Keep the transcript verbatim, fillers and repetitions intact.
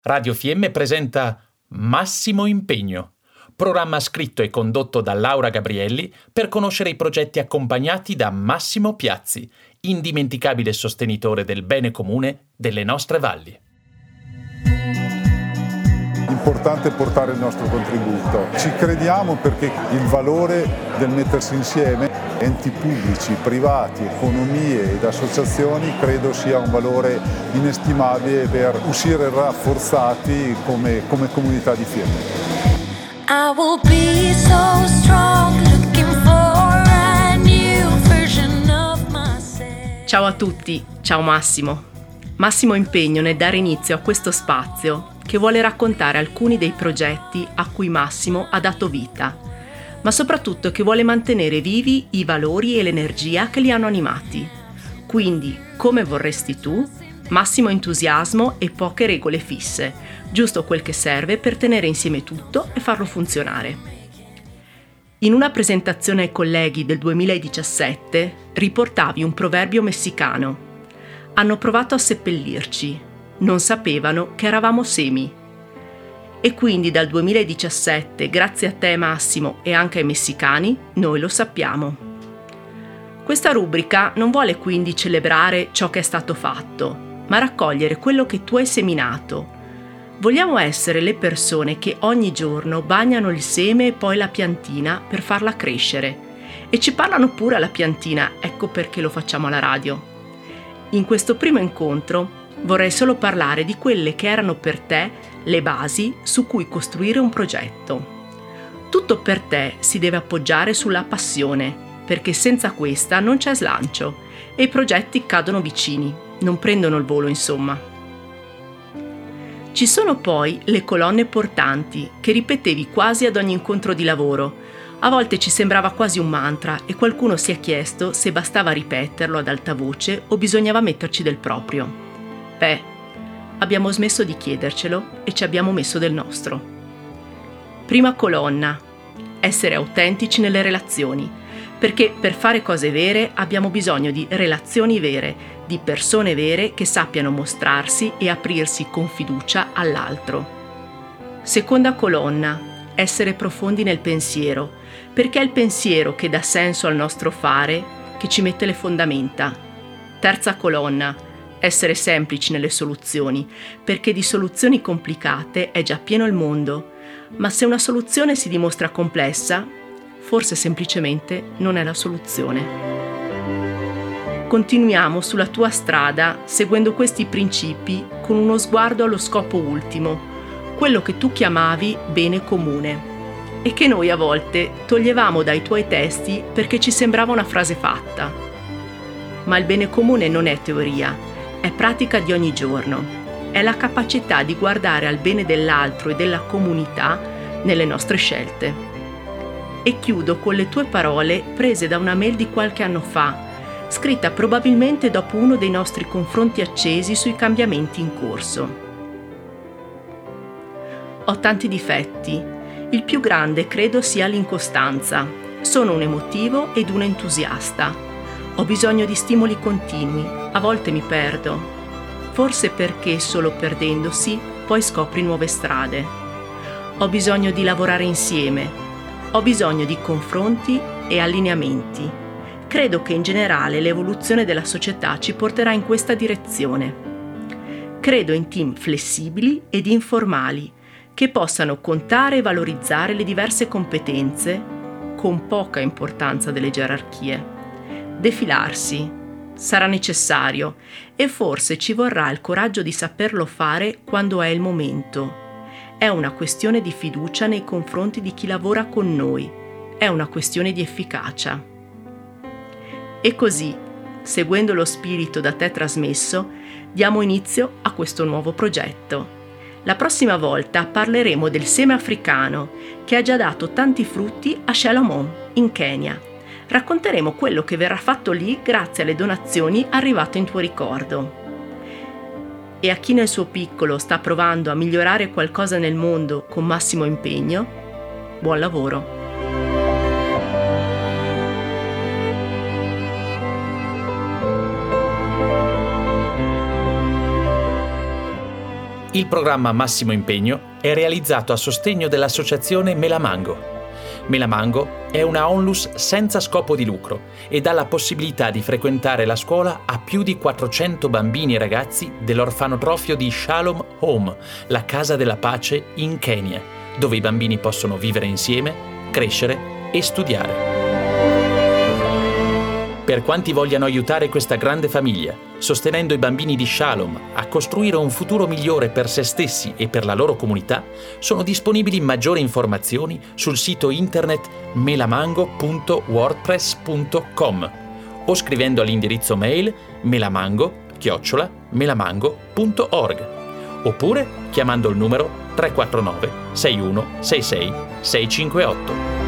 Radio Fiemme presenta Massimo Impegno, programma scritto e condotto da Laura Gabrielli per conoscere i progetti accompagnati da Massimo Piazzi, indimenticabile sostenitore del bene comune delle nostre valli. Importante portare il nostro contributo. Ci crediamo perché il valore del mettersi insieme, enti pubblici, privati, economie ed associazioni, credo sia un valore inestimabile per uscire rafforzati come, come comunità di Fiemme. I will be so strong, looking for a new version of myself. Ciao a tutti, ciao Massimo. Massimo Impegno nel dare inizio a questo spazio che vuole raccontare alcuni dei progetti a cui Massimo ha dato vita, ma soprattutto che vuole mantenere vivi i valori e l'energia che li hanno animati. Quindi, come vorresti tu, massimo entusiasmo e poche regole fisse, giusto quel che serve per tenere insieme tutto e farlo funzionare. In una presentazione ai colleghi del duemiladiciassette riportavi un proverbio messicano. Hanno provato a seppellirci, non sapevano che eravamo semi. E quindi dal duemiladiciassette, grazie a te Massimo e anche ai messicani, noi lo sappiamo. Questa rubrica non vuole quindi celebrare ciò che è stato fatto, ma raccogliere quello che tu hai seminato. Vogliamo essere le persone che ogni giorno bagnano il seme e poi la piantina per farla crescere. E ci parlano pure alla piantina, ecco perché lo facciamo alla radio. In questo primo incontro vorrei solo parlare di quelle che erano per te le basi su cui costruire un progetto. Tutto per te si deve appoggiare sulla passione, perché senza questa non c'è slancio e i progetti cadono vicini, non prendono il volo insomma. Ci sono poi le colonne portanti che ripetevi quasi ad ogni incontro di lavoro. A volte ci sembrava quasi un mantra e qualcuno si è chiesto se bastava ripeterlo ad alta voce o bisognava metterci del proprio. Beh, abbiamo smesso di chiedercelo e ci abbiamo messo del nostro. Prima colonna, essere autentici nelle relazioni, perché per fare cose vere abbiamo bisogno di relazioni vere, di persone vere che sappiano mostrarsi e aprirsi con fiducia all'altro. Seconda colonna, essere profondi nel pensiero, perché è il pensiero che dà senso al nostro fare, che ci mette le fondamenta. Terza colonna, essere semplici nelle soluzioni, perché di soluzioni complicate è già pieno il mondo, ma se una soluzione si dimostra complessa, forse semplicemente non è la soluzione. Continuiamo sulla tua strada seguendo questi principi con uno sguardo allo scopo ultimo, quello che tu chiamavi bene comune e che noi a volte toglievamo dai tuoi testi perché ci sembrava una frase fatta. Ma il bene comune non è teoria, è pratica di ogni giorno, è la capacità di guardare al bene dell'altro e della comunità nelle nostre scelte. E chiudo con le tue parole prese da una mail di qualche anno fa, scritta probabilmente dopo uno dei nostri confronti accesi sui cambiamenti in corso. Ho tanti difetti, il più grande credo sia l'incostanza, sono un emotivo ed un entusiasta. Ho bisogno di stimoli continui, a volte mi perdo, forse perché solo perdendosi poi scopri nuove strade. Ho bisogno di lavorare insieme, ho bisogno di confronti e allineamenti. Credo che in generale l'evoluzione della società ci porterà in questa direzione. Credo in team flessibili ed informali, che possano contare e valorizzare le diverse competenze, con poca importanza delle gerarchie. Defilarsi sarà necessario e forse ci vorrà il coraggio di saperlo fare quando è il momento. È una questione di fiducia nei confronti di chi lavora con noi, è una questione di efficacia. E così, seguendo lo spirito da te trasmesso, diamo inizio a questo nuovo progetto. La prossima volta parleremo del seme africano che ha già dato tanti frutti a Shalomon, in Kenya. Racconteremo quello che verrà fatto lì grazie alle donazioni arrivate in tuo ricordo. E a chi nel suo piccolo sta provando a migliorare qualcosa nel mondo con massimo impegno, buon lavoro! Il programma Massimo Impegno è realizzato a sostegno dell'associazione Melamango. Melamango è una onlus senza scopo di lucro e dà la possibilità di frequentare la scuola a più di quattrocento bambini e ragazzi dell'orfanotrofio di Shalom Home, la Casa della Pace in Kenya, dove i bambini possono vivere insieme, crescere e studiare. Per quanti vogliano aiutare questa grande famiglia, sostenendo i bambini di Shalom a costruire un futuro migliore per se stessi e per la loro comunità, sono disponibili maggiori informazioni sul sito internet melamango punto wordpress punto com o scrivendo all'indirizzo mail melamango chiocciola melamango punto org oppure chiamando il numero tre quattro nove sei uno sei sei sei cinque otto.